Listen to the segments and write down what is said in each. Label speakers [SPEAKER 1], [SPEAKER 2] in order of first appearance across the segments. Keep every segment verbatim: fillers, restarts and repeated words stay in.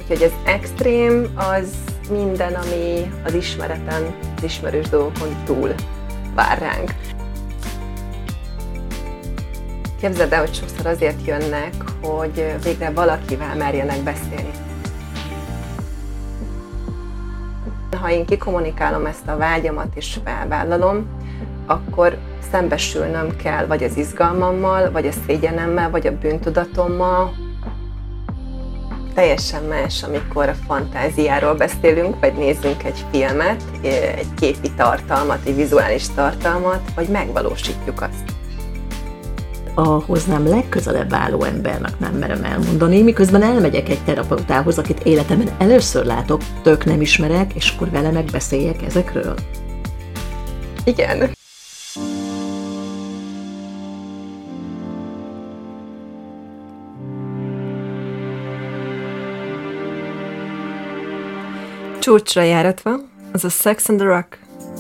[SPEAKER 1] Úgyhogy az extrém az minden, ami az ismereten, az ismerős dolgokon túl vár ránk. Képzeld el, hogy sokszor azért jönnek, hogy végre valakivel merjenek beszélni. Ha én kikommunikálom ezt a vágyamat és felvállalom, akkor szembesülnöm kell vagy az izgalmammal, vagy a szégyenemmel, vagy a bűntudatommal. Teljesen más, amikor a fantáziáról beszélünk, vagy nézzünk egy filmet, egy képi tartalmat, egy vizuális tartalmat, vagy megvalósítjuk azt.
[SPEAKER 2] A hozzám legközelebb álló embernek nem merem elmondani, miközben elmegyek egy terapeutához, akit életemben először látok, tök nem ismerek, és akkor vele megbeszéljek ezekről?
[SPEAKER 1] Igen. Csúcsra járatva, az a Sex and the Rock.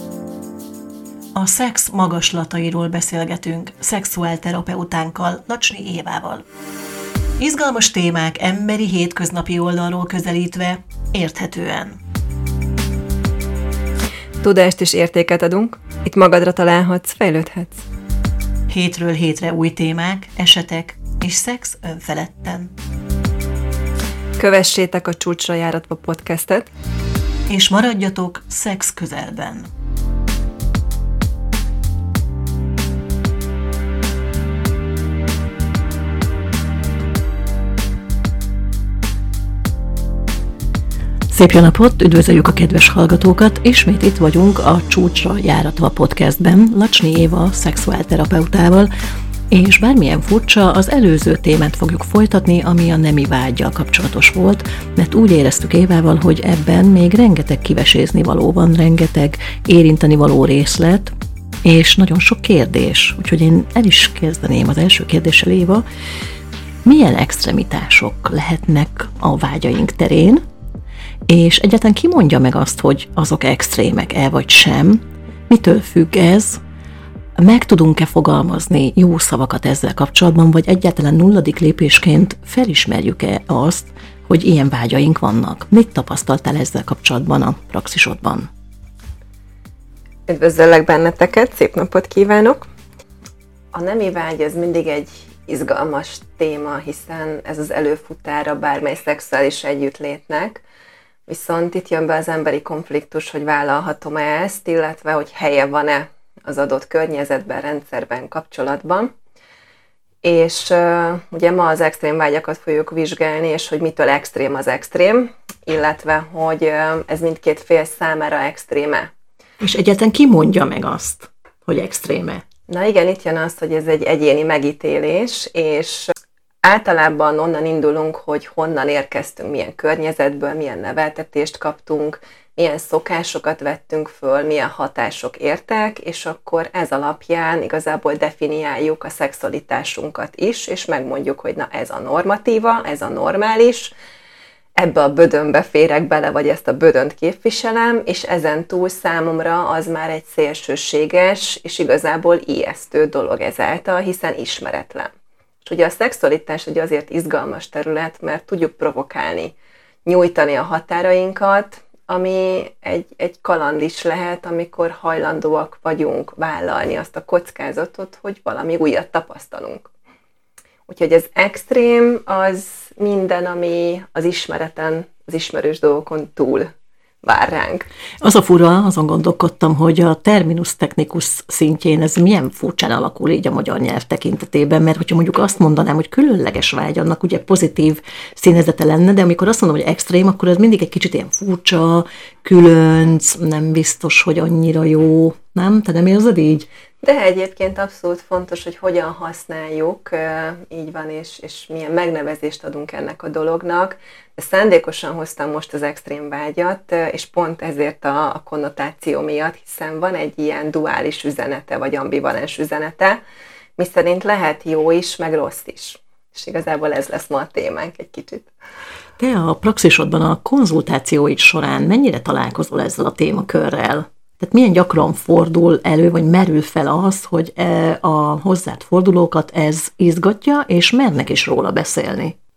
[SPEAKER 2] A szex magaslatairól beszélgetünk szexuálterapeutánkkal, Lacsny Évával. Izgalmas témák emberi hétköznapi oldalról közelítve, érthetően.
[SPEAKER 1] Tudást és értéket adunk, itt magadra találhatsz, fejlődhetsz.
[SPEAKER 2] Hétről hétre új témák, esetek és szex önfeledten.
[SPEAKER 1] Kövessétek a Csúcsra járatva podcastet,
[SPEAKER 2] és maradjatok szex közelben. Szép jó napot, üdvözöljük a kedves hallgatókat, ismét itt vagyunk a Csúcsra járatva podcastben, Lacsny Éva szexuálterapeutával, és bármilyen furcsa, az előző témát fogjuk folytatni, ami a nemi vággyal kapcsolatos volt, mert úgy éreztük Évával, hogy ebben még rengeteg kivesézni való van, rengeteg érinteni való részlet, és nagyon sok kérdés. Úgyhogy én el is kezdeném az első kérdéssel, Éva. Milyen extremitások lehetnek a vágyaink terén, és egyáltalán ki mondja meg azt, hogy azok extrémek-e vagy sem? Mitől függ ez? Meg tudunk-e fogalmazni jó szavakat ezzel kapcsolatban, vagy egyáltalán nulladik lépésként felismerjük-e azt, hogy ilyen vágyaink vannak? Mit tapasztaltál ezzel kapcsolatban a praxisodban?
[SPEAKER 1] Üdvözöllek benneteket, szép napot kívánok! A nemi vágy az mindig egy izgalmas téma, hiszen ez az előfutára bármely szexuális együttlétnek, viszont itt jön be az emberi konfliktus, hogy vállalhatom-e ezt, illetve hogy helye van-e az adott környezetben, rendszerben, kapcsolatban. És uh, ugye ma az extrém vágyakat fogjuk vizsgálni, és hogy mitől extrém az extrém, illetve hogy uh, ez mindkét fél számára extréme.
[SPEAKER 2] És egyáltalán ki mondja meg azt, hogy extréme?
[SPEAKER 1] Na igen, itt jön az, hogy ez egy egyéni megítélés, és általában onnan indulunk, hogy honnan érkeztünk, milyen környezetből, milyen neveltetést kaptunk, milyen szokásokat vettünk föl, milyen hatások értek, és akkor ez alapján igazából definiáljuk a szexualitásunkat is, és megmondjuk, hogy na ez a normatíva, ez a normális, ebbe a bödönbe férek bele, vagy ezt a bödönt képviselem, és ezen túl számomra az már egy szélsőséges, és igazából ijesztő dolog ezáltal, hiszen ismeretlen. És ugye a szexualitás ugye azért izgalmas terület, mert tudjuk provokálni, nyújtani a határainkat, ami egy, egy kaland is lehet, amikor hajlandóak vagyunk vállalni azt a kockázatot, hogy valami újat tapasztalunk. Úgyhogy az extrém az minden, ami az ismereten, az ismerős dolgokon túl vár ránk.
[SPEAKER 2] Az a fura, azon gondolkodtam, hogy a terminus technicus szintjén ez milyen furcsán alakul így a magyar nyelv tekintetében, mert hogyha mondjuk azt mondanám, hogy különleges vágy, annak ugye pozitív színezete lenne, de amikor azt mondom, hogy extrém, akkor ez mindig egy kicsit ilyen furcsa, különc, nem biztos, hogy annyira jó, nem? Te nem érzed így?
[SPEAKER 1] De egyébként abszolút fontos, hogy hogyan használjuk, így van, és, és milyen megnevezést adunk ennek a dolognak. De szándékosan hoztam most az extrém vágyat, és pont ezért a, a konnotáció miatt, hiszen van egy ilyen duális üzenete, vagy ambivalens üzenete, miszerint lehet jó is, meg rossz is. És igazából ez lesz ma a témánk egy kicsit.
[SPEAKER 2] Te a praxisodban, a konzultációid során mennyire találkozol ezzel a témakörrel? Tehát milyen gyakran fordul elő, vagy merül fel az, hogy a hozzád fordulókat ez izgatja, és mernek is róla beszélni?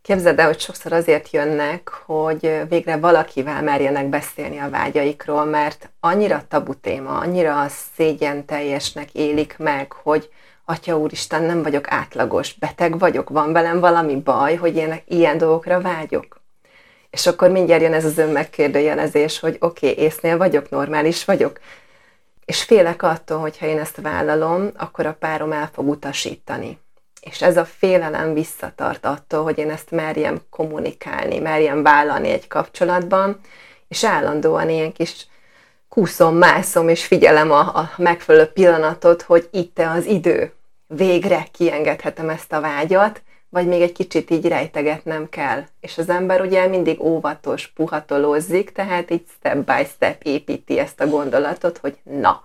[SPEAKER 1] Képzeld el, hogy sokszor azért jönnek, hogy végre valakivel merjenek beszélni a vágyaikról, mert annyira tabu téma, annyira szégyen teljesnek élik meg, hogy Atya úristen, nem vagyok átlagos, beteg vagyok, van velem valami baj, hogy én ilyen dolgokra vágyok. És akkor mindjárt jön ez az önmegkérdőjelezés, hogy oké, okay, észnél vagyok, normális vagyok. És félek attól, hogyha én ezt vállalom, akkor a párom el fog utasítani. És ez a félelem visszatart attól, hogy én ezt merjem kommunikálni, merjem vállalni egy kapcsolatban, és állandóan ilyen kis kúszom, mászom, és figyelem a, a megfelelő pillanatot, hogy itt-e az idő. Végre kiengedhetem ezt a vágyat, vagy még egy kicsit így rejtegetnem kell. És az ember ugye mindig óvatos, puhatolózik, tehát így step by step építi ezt a gondolatot, hogy na,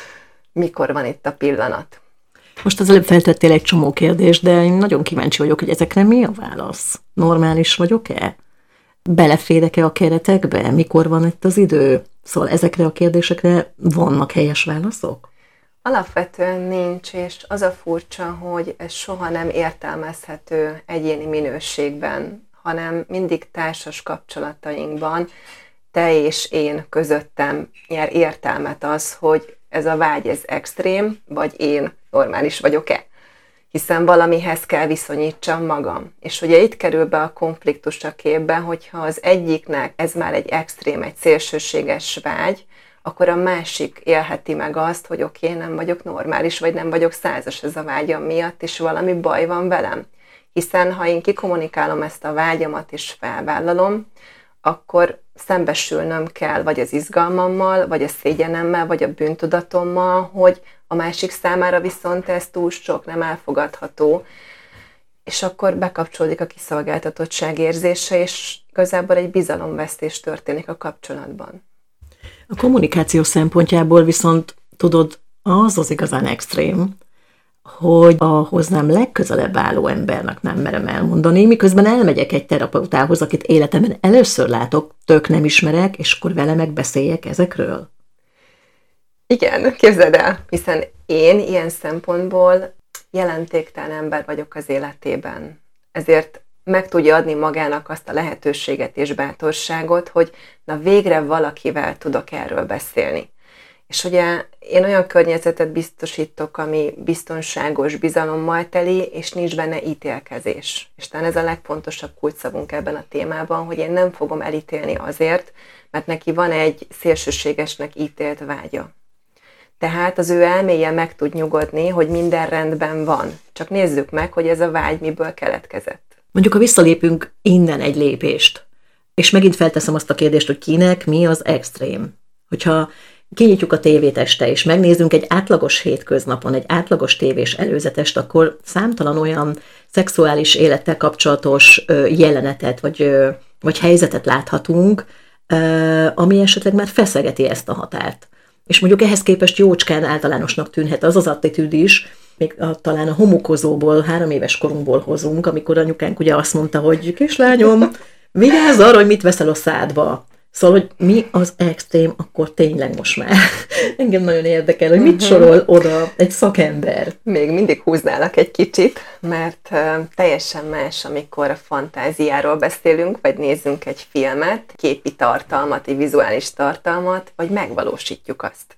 [SPEAKER 1] mikor van itt a pillanat.
[SPEAKER 2] Most az előbb feltettél egy csomó kérdést, de én nagyon kíváncsi vagyok, hogy ezekre mi a válasz? Normális vagyok-e? Beleférek-e a keretekbe? Mikor van itt az idő? Szóval ezekre a kérdésekre vannak helyes válaszok?
[SPEAKER 1] Alapvetően nincs, és az a furcsa, hogy ez soha nem értelmezhető egyéni minőségben, hanem mindig társas kapcsolatainkban te és én közöttem nyer értelmet az, hogy ez a vágy, ez extrém, vagy én normális vagyok-e. Hiszen valamihez kell viszonyítsam magam. És ugye itt kerül be a konfliktus a képbe, hogyha az egyiknek ez már egy extrém, egy szélsőséges vágy, akkor a másik élheti meg azt, hogy oké, okay, nem vagyok normális, vagy nem vagyok százas ez a vágyam miatt, és valami baj van velem. Hiszen ha én kikommunikálom ezt a vágyamat, és felvállalom, akkor szembesülnöm kell vagy az izgalmammal, vagy a szégyenemmel, vagy a bűntudatommal, hogy a másik számára viszont ez túl sok, nem elfogadható, és akkor bekapcsolódik a kiszolgáltatottság érzése, és igazából egy bizalomvesztés történik a kapcsolatban.
[SPEAKER 2] A kommunikáció szempontjából viszont tudod, az az igazán extrém, hogy a hozzám legközelebb álló embernek nem merem elmondani, miközben elmegyek egy terapeutához, akit életemben először látok, tök nem ismerek, és akkor vele megbeszéljek ezekről?
[SPEAKER 1] Igen, képzeld el, hiszen én ilyen szempontból jelentéktelen ember vagyok az életében. Ezért meg tudja adni magának azt a lehetőséget és bátorságot, hogy na végre valakivel tudok erről beszélni. És ugye én olyan környezetet biztosítok, ami biztonságos, bizalommal teli, és nincs benne ítélkezés. És talán ez a legfontosabb kulcsszavunk ebben a témában, hogy én nem fogom elítélni azért, mert neki van egy szélsőségesnek ítélt vágya. Tehát az ő elméje meg tud nyugodni, hogy minden rendben van. Csak nézzük meg, hogy ez a vágy miből keletkezett.
[SPEAKER 2] Mondjuk, ha visszalépünk innen egy lépést, és megint felteszem azt a kérdést, hogy kinek mi az extrém. Hogyha kinyitjuk a tévét este, és megnézzünk egy átlagos hétköznapon, egy átlagos tévés előzetest, akkor számtalan olyan szexuális élettel kapcsolatos jelenetet, vagy, vagy helyzetet láthatunk, ami esetleg már feszegeti ezt a határt. És mondjuk ehhez képest jócskán általánosnak tűnhet az az attitűd is, még a, talán a homokozóból, három éves korunkból hozunk, amikor anyukánk ugye azt mondta, hogy kislányom, vigyázz arra, hogy mit veszel a szádba. Szóval, hogy mi az extrém, akkor tényleg most már. Engem nagyon érdekel, hogy mit sorol oda egy szakember.
[SPEAKER 1] Még mindig húználak egy kicsit, mert uh, teljesen más, amikor a fantáziáról beszélünk, vagy nézzünk egy filmet, képi tartalmat, egy vizuális tartalmat, vagy megvalósítjuk azt.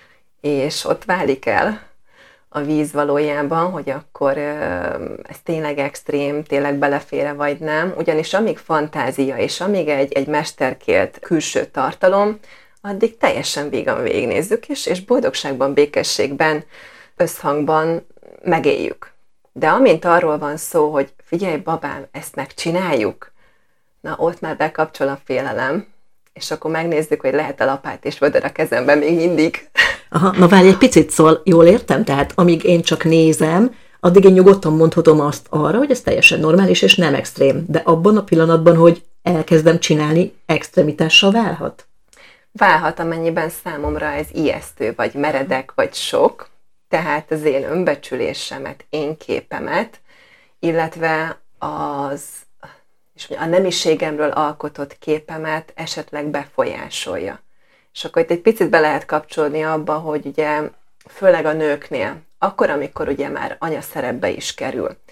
[SPEAKER 1] És ott válik el a víz valójában, hogy akkor ez tényleg extrém, tényleg belefér vagy nem, ugyanis amíg fantázia és amíg egy, egy mesterkélt külső tartalom, addig teljesen vígan végignézzük, és, és boldogságban, békességben, összhangban megéljük. De amint arról van szó, hogy figyelj babám, ezt megcsináljuk, na ott már bekapcsol a félelem, és akkor megnézzük, hogy lehet a lapát és vödör a kezemben még mindig.
[SPEAKER 2] Aha, na várj egy picit, szóval jól értem? Tehát amíg én csak nézem, addig én nyugodtan mondhatom azt arra, hogy ez teljesen normális és nem extrém. De abban a pillanatban, hogy elkezdem csinálni, extremitással válhat?
[SPEAKER 1] Válhat, amennyiben számomra ez ijesztő, vagy meredek, vagy sok. Tehát az én önbecsülésemet, én képemet, illetve az, és a nemiségemről alkotott képemet esetleg befolyásolja. És akkor itt egy picit be lehet kapcsolni abba, hogy ugye főleg a nőknél, akkor, amikor ugye már anyaszerepbe is kerül,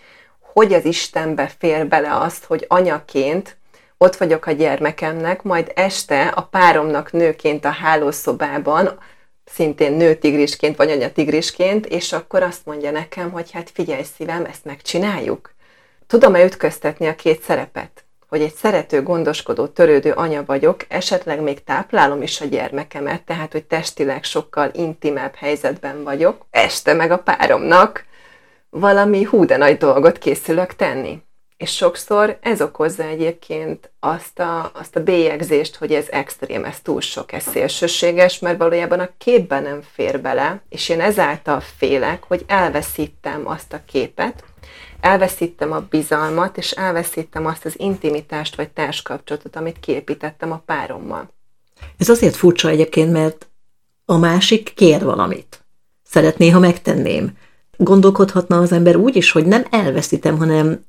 [SPEAKER 1] hogy az Istenbe fér bele azt, hogy anyaként ott vagyok a gyermekemnek, majd este a páromnak nőként a hálószobában, szintén nőtigrisként vagy anyatigrisként, és akkor azt mondja nekem, hogy hát figyelj szívem, ezt megcsináljuk. Tudom-e ütköztetni a két szerepet? Hogy egy szerető, gondoskodó, törődő anya vagyok, esetleg még táplálom is a gyermekemet, tehát hogy testileg sokkal intimebb helyzetben vagyok, este meg a páromnak valami hú de nagy dolgot készülök tenni. És sokszor ez okozza egyébként azt a, azt a bélyegzést, hogy ez extrém, ez túl sok, ez szélsőséges, mert valójában a képben nem fér bele, és én ezáltal félek, hogy elveszítem azt a képet, elveszítem a bizalmat, és elveszítem azt az intimitást vagy társkapcsolatot, amit kiépítettem a párommal.
[SPEAKER 2] Ez azért furcsa egyébként, mert a másik kér valamit. Szeretné, ha megtenném. Gondolkodhatna az ember úgy is, hogy nem elveszítem, hanem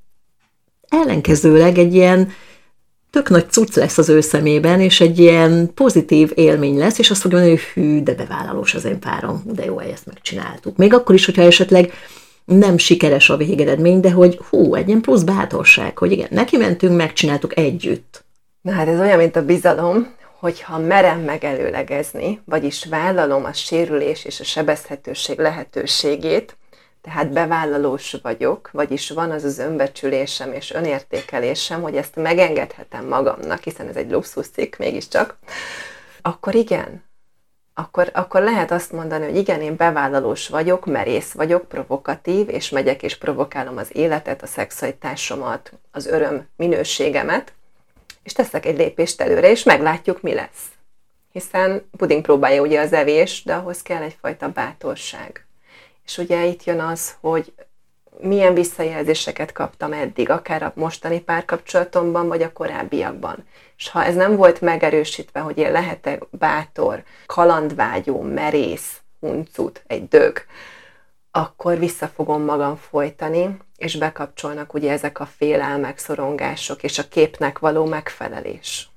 [SPEAKER 2] ellenkezőleg egy ilyen tök nagy cucc lesz az ő szemében, és egy ilyen pozitív élmény lesz, és azt fogja mondani, hogy hű, de bevállalós az én párom, de jó, ezt megcsináltuk. Még akkor is, hogyha esetleg nem sikeres a végeredmény, de hogy hú, egy ilyen plusz bátorság, hogy igen, neki mentünk, megcsináltuk együtt.
[SPEAKER 1] Na hát ez olyan, mint a bizalom, hogyha merem megelőlegezni, vagyis vállalom a sérülés és a sebezhetőség lehetőségét, tehát bevállalós vagyok, vagyis van az az önbecsülésem és önértékelésem, hogy ezt megengedhetem magamnak, hiszen ez egy luxuscikk mégiscsak, akkor igen, akkor, akkor lehet azt mondani, hogy igen, én bevállalós vagyok, merész vagyok, provokatív, és megyek és provokálom az életet, a szexualitásomat, az öröm minőségemet, és teszek egy lépést előre, és meglátjuk, mi lesz. Hiszen puding próbálja ugye az evés, de ahhoz kell egyfajta bátorság. És ugye itt jön az, hogy milyen visszajelzéseket kaptam eddig, akár a mostani párkapcsolatomban, vagy a korábbiakban. És ha ez nem volt megerősítve, hogy én lehetek bátor, kalandvágyó, merész, huncut, egy dög, akkor vissza fogom magam folytani, és bekapcsolnak ugye ezek a félelmek, szorongások, és a képnek való megfelelés.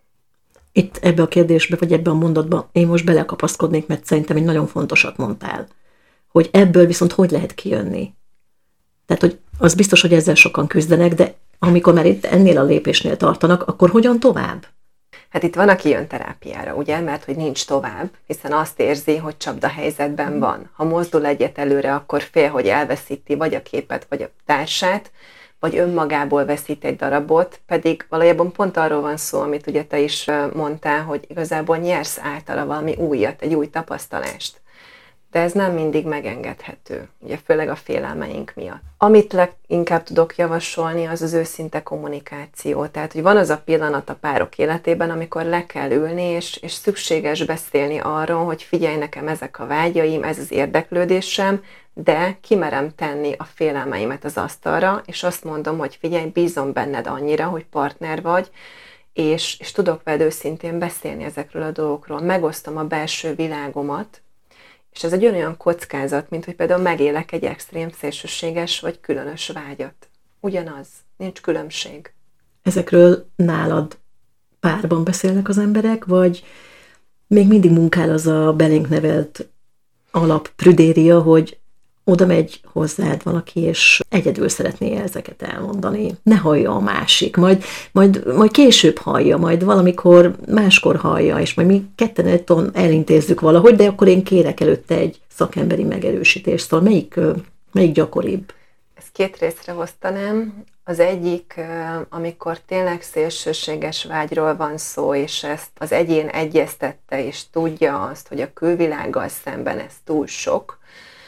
[SPEAKER 2] Itt ebbe a kérdésbe, vagy ebbe a mondatba én most belekapaszkodnék, mert szerintem egy nagyon fontosat mondtál, hogy ebből viszont hogy lehet kijönni. Tehát, hogy az biztos, hogy ezzel sokan küzdenek, de amikor már itt ennél a lépésnél tartanak, akkor hogyan tovább?
[SPEAKER 1] Hát itt van, aki jön terápiára, ugye, mert hogy nincs tovább, hiszen azt érzi, hogy csapda helyzetben van. Ha mozdul egyet előre, akkor fél, hogy elveszíti vagy a képet, vagy a társát, vagy önmagából veszít egy darabot, pedig valójában pont arról van szó, amit ugye te is mondtál, hogy igazából nyersz általa valami újat, egy új tapasztalást. De ez nem mindig megengedhető, ugye főleg a félelmeink miatt. Amit leginkább tudok javasolni, az az őszinte kommunikáció. Tehát, hogy van az a pillanat a párok életében, amikor le kell ülni, és, és szükséges beszélni arról, hogy figyelj, nekem ezek a vágyaim, ez az érdeklődésem, de kimerem tenni a félelmeimet az asztalra, és azt mondom, hogy figyelj, bízom benned annyira, hogy partner vagy, és, és tudok veled őszintén beszélni ezekről a dolgokról. Megosztom a belső világomat, és ez egy olyan kockázat, mint hogy például megélek egy extrém, szélsőséges vagy különös vágyat. Ugyanaz, nincs különbség.
[SPEAKER 2] Ezekről nálad párban beszélnek az emberek, vagy még mindig munkál az a belénk nevelt alapprüdéria, hogy oda megy hozzád valaki, és egyedül szeretné ezeket elmondani. Ne hallja a másik, majd, majd, majd később hallja, majd valamikor máskor hallja, és majd mi ketten elintézzük valahogy, de akkor én kérek előtte egy szakemberi megerősítést. Szóval melyik, melyik gyakoribb?
[SPEAKER 1] Ezt két részre osztanám. Az egyik, amikor tényleg szélsőséges vágyról van szó, és ezt az egyén egyeztette, és tudja azt, hogy a külvilággal szemben ez túl sok,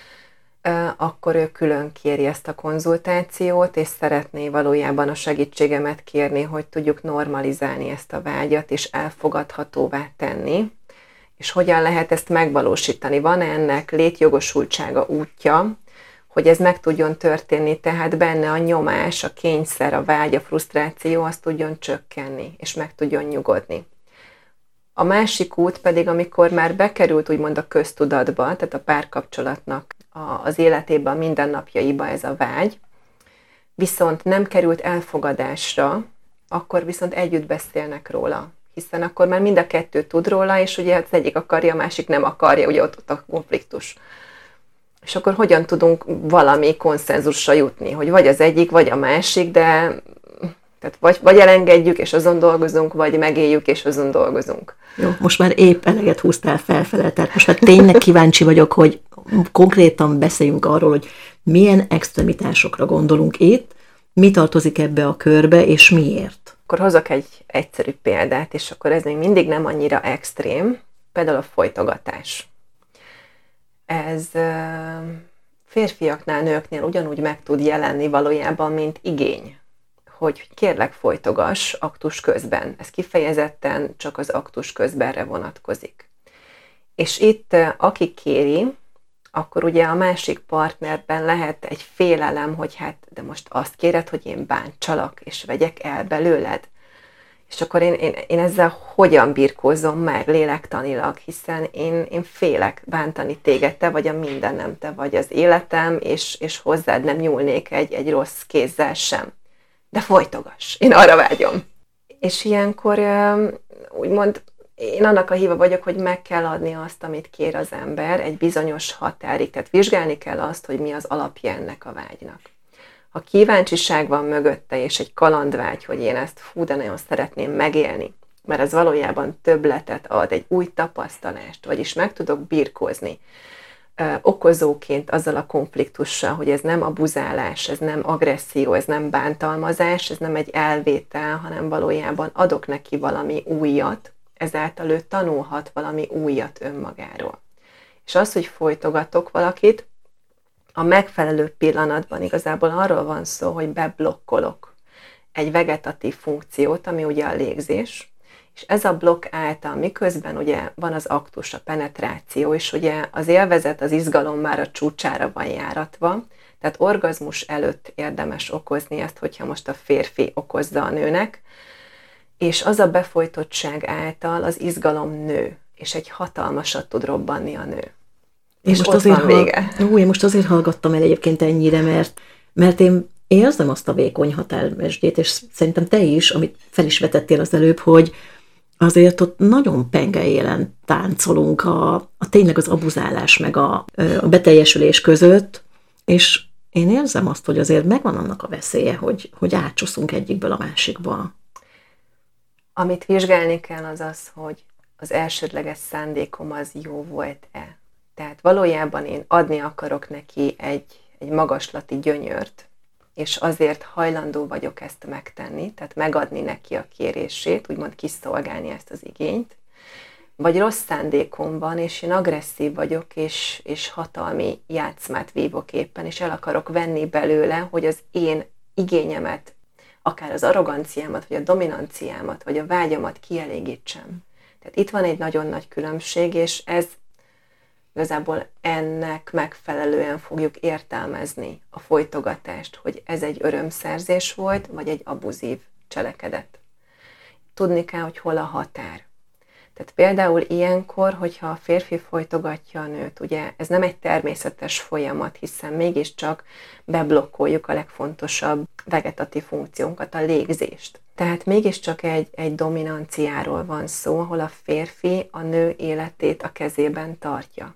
[SPEAKER 1] akkor ő külön kéri ezt a konzultációt, és szeretné valójában a segítségemet kérni, hogy tudjuk normalizálni ezt a vágyat, és elfogadhatóvá tenni. És hogyan lehet ezt megvalósítani? Van ennek létjogosultsága útja, hogy ez meg tudjon történni, tehát benne a nyomás, a kényszer, a vágy, a frusztráció, az tudjon csökkenni, és meg tudjon nyugodni. A másik út pedig, amikor már bekerült úgymond a köztudatba, tehát a párkapcsolatnak az életében, a mindennapjaiba ez a vágy, viszont nem került elfogadásra, akkor viszont együtt beszélnek róla. Hiszen akkor már mind a kettő tud róla, és ugye az egyik akarja, a másik nem akarja, ugye ott, ott a konfliktus. És akkor hogyan tudunk valami konszenzusra jutni, hogy vagy az egyik, vagy a másik, de tehát vagy, vagy elengedjük, és azon dolgozunk, vagy megéljük, és azon dolgozunk.
[SPEAKER 2] Jó, most már épp eleget húztál felfele, tehát most már tényleg kíváncsi vagyok, hogy konkrétan beszéljünk arról, hogy milyen extremitásokra gondolunk itt, mi tartozik ebbe a körbe, és miért.
[SPEAKER 1] Akkor hozok egy egyszerű példát, és akkor ez még mindig nem annyira extrém, például a folytogatás. Ez férfiaknál, nőknél ugyanúgy meg tud jelenni valójában, mint igény, hogy kérlek folytogass aktus közben. Ez kifejezetten csak az aktus közbenre vonatkozik. És itt, aki kéri, akkor ugye a másik partnerben lehet egy félelem, hogy hát, de most azt kéred, hogy én bántsalak, és vegyek el belőled. És akkor én, én, én ezzel hogyan birkózom meg lélektanilag, hiszen én, én félek bántani téged, te vagy a mindenem, te vagy az életem, és, és hozzád nem nyúlnék egy, egy rossz kézzel sem. De folytogass, én arra vágyom. És ilyenkor úgymond én annak a híva vagyok, hogy meg kell adni azt, amit kér az ember egy bizonyos határig. Tehát vizsgálni kell azt, hogy mi az alapja ennek a vágynak. Ha kíváncsiság van mögötte, és egy kalandvágy, hogy én ezt fú, de nagyon szeretném megélni, mert ez valójában többletet ad, egy új tapasztalást, vagyis meg tudok birkózni ö, okozóként azzal a konfliktussal, hogy ez nem abuzálás, ez nem agresszió, ez nem bántalmazás, ez nem egy elvétel, hanem valójában adok neki valami újat, ezáltal ő tanulhat valami újat önmagáról. És az, hogy folytogatok valakit, a megfelelő pillanatban igazából arról van szó, hogy beblokkolok egy vegetatív funkciót, ami ugye a légzés, és ez a blokk által, miközben ugye van az aktus, a penetráció, és ugye az élvezet, az izgalom már a csúcsára van járatva, tehát orgazmus előtt érdemes okozni ezt, hogyha most a férfi okozza a nőnek, és az a befolytottság által az izgalom nő, és egy hatalmasat tud robbanni a nő.
[SPEAKER 2] Én most, azért vége. Hall... Ó, én most azért hallgattam el egyébként ennyire, mert, mert én érzem azt a vékony határmesdjét, és szerintem te is, amit fel is vetettél az előbb, hogy azért ott nagyon penge élen táncolunk a, a tényleg az abuzálás meg a, a beteljesülés között, és én érzem azt, hogy azért megvan annak a veszélye, hogy, hogy átcsuszunk egyikből a másikba.
[SPEAKER 1] Amit vizsgálni kell az az, hogy az elsődleges szándékom az jó volt-e. Tehát valójában én adni akarok neki egy, egy magaslati gyönyört, és azért hajlandó vagyok ezt megtenni, tehát megadni neki a kérését, úgymond kiszolgálni ezt az igényt, vagy rossz szándékom van, és én agresszív vagyok, és, és hatalmi játszmát vívok éppen, és el akarok venni belőle, hogy az én igényemet, akár az arroganciámat, vagy a dominanciámat, vagy a vágyamat kielégítsem. Tehát itt van egy nagyon nagy különbség, és ez igazából ennek megfelelően fogjuk értelmezni a folytogatást, hogy ez egy örömszerzés volt, vagy egy abuzív cselekedet. Tudni kell, hogy hol a határ. Tehát például ilyenkor, hogyha a férfi folytogatja a nőt, ugye ez nem egy természetes folyamat, hiszen mégiscsak beblokkoljuk a legfontosabb vegetatív funkciónkat, a légzést. Tehát mégiscsak egy, egy dominanciáról van szó, ahol a férfi a nő életét a kezében tartja.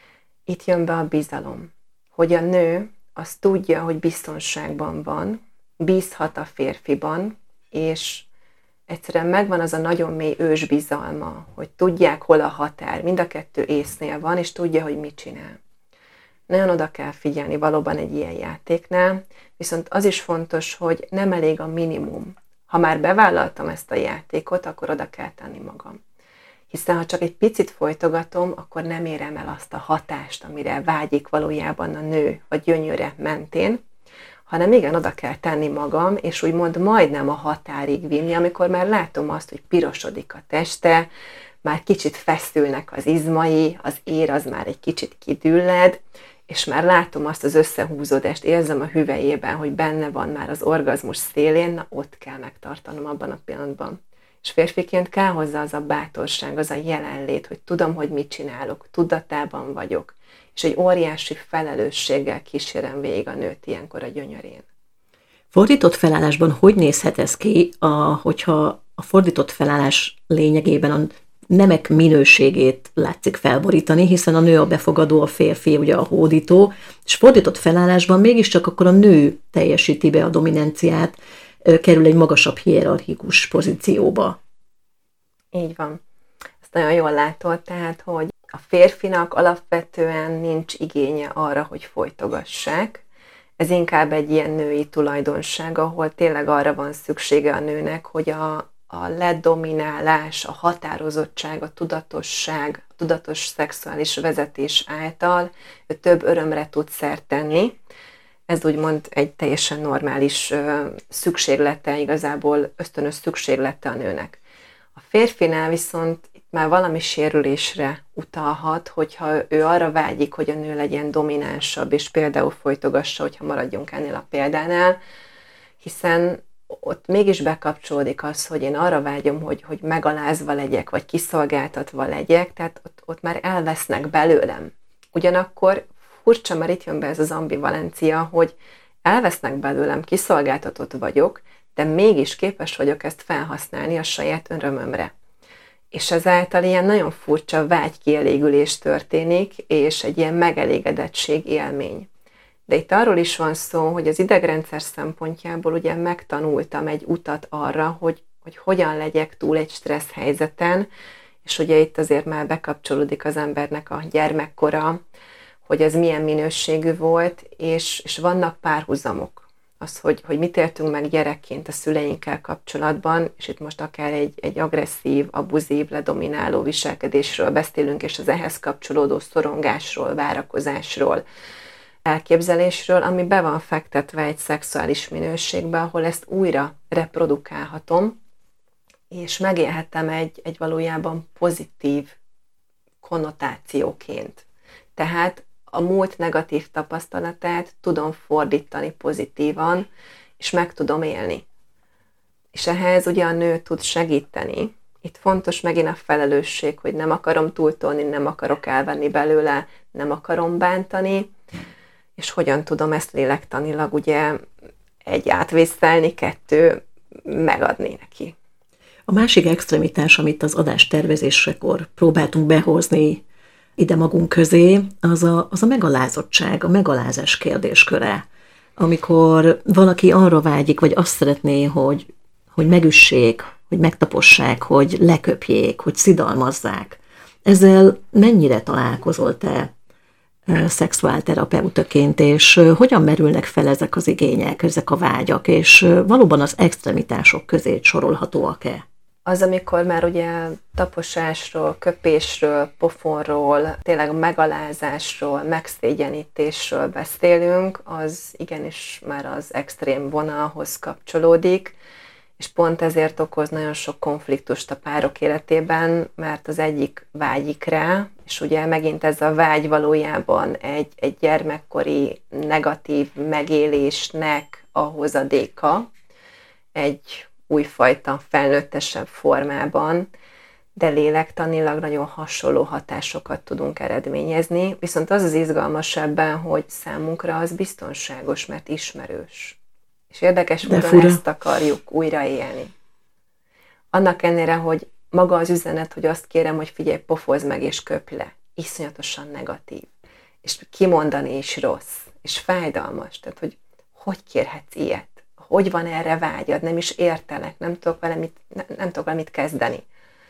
[SPEAKER 1] Itt jön be a bizalom, hogy a nő az tudja, hogy biztonságban van, bízhat a férfiban, és egyszerűen megvan az a nagyon mély ősbizalma, hogy tudják, hol a határ, mind a kettő észnél van, és tudja, hogy mit csinál. Nagyon oda kell figyelni valóban egy ilyen játéknál, viszont az is fontos, hogy nem elég a minimum. Ha már bevállaltam ezt a játékot, akkor oda kell tenni magam. Hiszen ha csak egy picit folytogatom, akkor nem érem el azt a hatást, amire vágyik valójában a nő a gyönyöre mentén, hanem igen, oda kell tenni magam, és úgymond majdnem a határig vinni, amikor már látom azt, hogy pirosodik a teste, már kicsit feszülnek az izmai, az ér az már egy kicsit kidülled, és már látom azt az összehúzódást, érzem a hüvelyében, hogy benne van már az orgazmus szélén, na ott kell megtartanom abban a pillanatban. És férfiként kell hozzá az a bátorság, az a jelenlét, hogy tudom, hogy mit csinálok, tudatában vagyok, és egy óriási felelősséggel kísérem végig a nőt ilyenkor a gyönyörén.
[SPEAKER 2] Fordított felállásban hogy nézhet ez ki, a, hogyha a fordított felállás lényegében a nemek minőségét látszik felborítani, hiszen a nő a befogadó, a férfi ugye a hódító, és fordított felállásban mégiscsak akkor a nő teljesíti be a dominanciát, kerül egy magasabb hierarchikus pozícióba.
[SPEAKER 1] Így van. Ezt nagyon jól látod, tehát, hogy a férfinak alapvetően nincs igénye arra, hogy folytogassák. Ez inkább egy ilyen női tulajdonság, ahol tényleg arra van szüksége a nőnek, hogy a, a ledominálás, a határozottság, a tudatosság, a tudatos szexuális vezetés által ő több örömre tud szert tenni. Ez úgymond egy teljesen normális ö, szükséglete, igazából ösztönös szükséglete a nőnek. A férfinál viszont itt már valami sérülésre utalhat, hogyha ő arra vágyik, hogy a nő legyen dominánsabb, és például folytogassa, hogyha maradjunk ennél a példánál, hiszen ott mégis bekapcsolódik az, hogy én arra vágyom, hogy, hogy megalázva legyek, vagy kiszolgáltatva legyek, tehát ott, ott már elvesznek belőlem. Ugyanakkor furcsa, mert itt jön be ez az ambivalencia, hogy elvesznek belőlem, kiszolgáltatott vagyok, de mégis képes vagyok ezt felhasználni a saját örömömre. És ezáltal ilyen nagyon furcsa vágykielégülés történik, és egy ilyen megelégedettség élmény. De itt arról is van szó, hogy az idegrendszer szempontjából ugye megtanultam egy utat arra, hogy, hogy hogyan legyek túl egy stressz helyzeten, és ugye itt azért már bekapcsolódik az embernek a gyermekkora, hogy ez milyen minőségű volt, és, és vannak párhuzamok. Az, hogy, hogy mit éltünk meg gyerekként a szüleinkkel kapcsolatban, és itt most akár egy, egy agresszív, abuzív, ledomináló viselkedésről beszélünk, és az ehhez kapcsolódó szorongásról, várakozásról, elképzelésről, ami be van fektetve egy szexuális minőségbe, ahol ezt újra reprodukálhatom, és megélhetem egy, egy valójában pozitív konnotációként. Tehát a múlt negatív tapasztalatát tudom fordítani pozitívan, és meg tudom élni. És ehhez ugye a nő tud segíteni. Itt fontos megint a felelősség, hogy nem akarom túltolni, nem akarok elvenni belőle, nem akarom bántani, és hogyan tudom ezt lélektanilag ugye egy átvészelni, kettő megadni neki.
[SPEAKER 2] A másik extremitás, amit az adás tervezésekor próbáltunk behozni ide magunk közé, az a, az a megalázottság, a megalázás kérdésköre. Amikor valaki arra vágyik, vagy azt szeretné, hogy, hogy megüssék, hogy megtapossák, hogy leköpjék, hogy szidalmazzák. Ezzel mennyire találkozol te szexuálterapeutaként, és hogyan merülnek fel ezek az igények, ezek a vágyak, és valóban az extremitások közé sorolhatóak-e?
[SPEAKER 1] Az, amikor már ugye taposásról, köpésről, pofonról, tényleg megalázásról, megszégyenítésről beszélünk, az igenis már az extrém vonalhoz kapcsolódik, és pont ezért okoz nagyon sok konfliktust a párok életében, mert az egyik vágyik rá, és ugye megint ez a vágy valójában egy, egy gyermekkori negatív megélésnek a hozadéka, egy újfajta felnőttesebb formában, de lélektanilag nagyon hasonló hatásokat tudunk eredményezni, viszont az az izgalmas ebben, hogy számunkra az biztonságos, mert ismerős. És érdekes módon ezt akarjuk újraélni. Annak ellenére, hogy maga az üzenet, hogy azt kérem, hogy figyelj, pofozd meg és köpj le, iszonyatosan negatív, és kimondani is rossz, és fájdalmas, tehát hogy hogy kérhetsz ilyet? Hogy van erre vágyad, nem is értelek, nem tudok vele mit, nem, nem tudok vele mit kezdeni.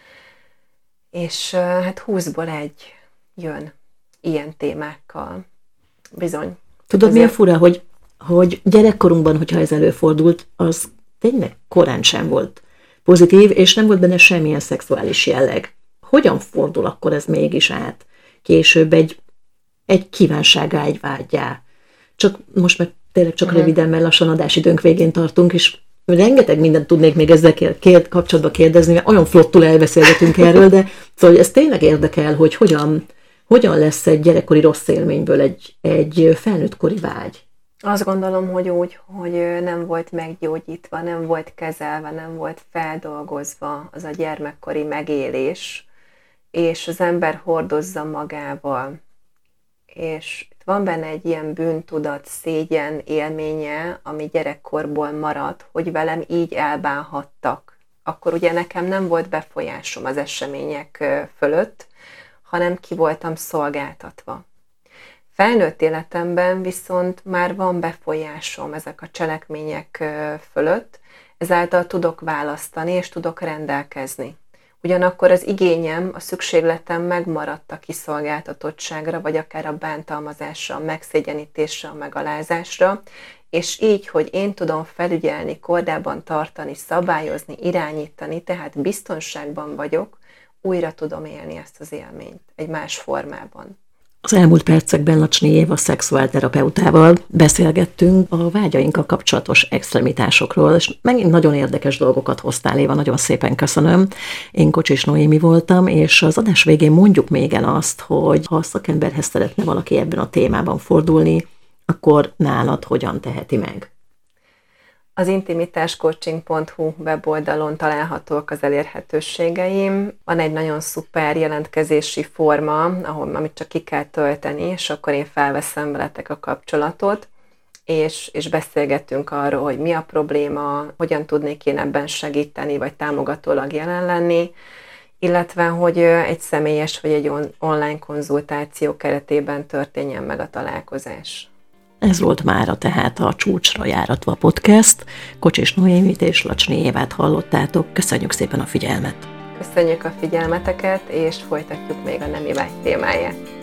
[SPEAKER 1] És hát húszból egy jön ilyen témákkal. Bizony.
[SPEAKER 2] Tudod, milyen fura, hogy, hogy gyerekkorunkban, hogyha ez előfordult, az tényleg korán sem volt pozitív, és nem volt benne semmilyen szexuális jelleg. Hogyan fordul akkor ez mégis át? Később egy, egy kívánságá, egy vágyá. Csak most meg tényleg csak uh-huh. röviden, mert lassan adásidőnk végén tartunk, és rengeteg mindent tudnék még ezzel kér, kapcsolatban kérdezni, mert olyan flottul elbeszélgetünk erről, de szóval ez tényleg érdekel, hogy hogyan, hogyan lesz egy gyerekkori rossz élményből egy, egy felnőttkori vágy.
[SPEAKER 1] Azt gondolom, hogy úgy, hogy nem volt meggyógyítva, nem volt kezelve, nem volt feldolgozva az a gyermekkori megélés, és az ember hordozza magával. És itt van benne egy ilyen bűntudat, szégyen élménye, ami gyerekkorból marad, hogy velem így elbánhattak, akkor ugye nekem nem volt befolyásom az események fölött, hanem ki voltam szolgáltatva. Felnőtt életemben viszont már van befolyásom ezek a cselekmények fölött, ezáltal tudok választani és tudok rendelkezni. Ugyanakkor az igényem, a szükségletem megmaradt a kiszolgáltatottságra, vagy akár a bántalmazásra, a megszégyenítésre, a megalázásra, és így, hogy én tudom felügyelni, kordában tartani, szabályozni, irányítani, tehát biztonságban vagyok, újra tudom élni ezt az élményt egy más formában.
[SPEAKER 2] Az elmúlt percekben Lacsny Éva szexuálterapeutával beszélgettünk a vágyainkkal kapcsolatos extremitásokról, és megint nagyon érdekes dolgokat hoztál, Éva, nagyon szépen köszönöm. Én Kocsis Noémi voltam, és az adás végén mondjuk még el azt, hogy ha a szakemberhez szeretne valaki ebben a témában fordulni, akkor nálad hogyan teheti meg?
[SPEAKER 1] Az intimitáscoaching pont hu weboldalon találhatók az elérhetőségeim. Van egy nagyon szuper jelentkezési forma, ahol, amit csak ki kell tölteni, és akkor én felveszem veletek a kapcsolatot, és, és beszélgetünk arról, hogy mi a probléma, hogyan tudnék én ebben segíteni, vagy támogatólag jelen lenni, illetve hogy egy személyes vagy egy on- online konzultáció keretében történjen meg a találkozás.
[SPEAKER 2] Ez volt mára tehát a Csúcsra járatva podcast. Kocsis Noémit és Lacsny Évát hallottátok. Köszönjük szépen a figyelmet!
[SPEAKER 1] Köszönjük a figyelmeteket, és folytatjuk még a nemi vágy témáját.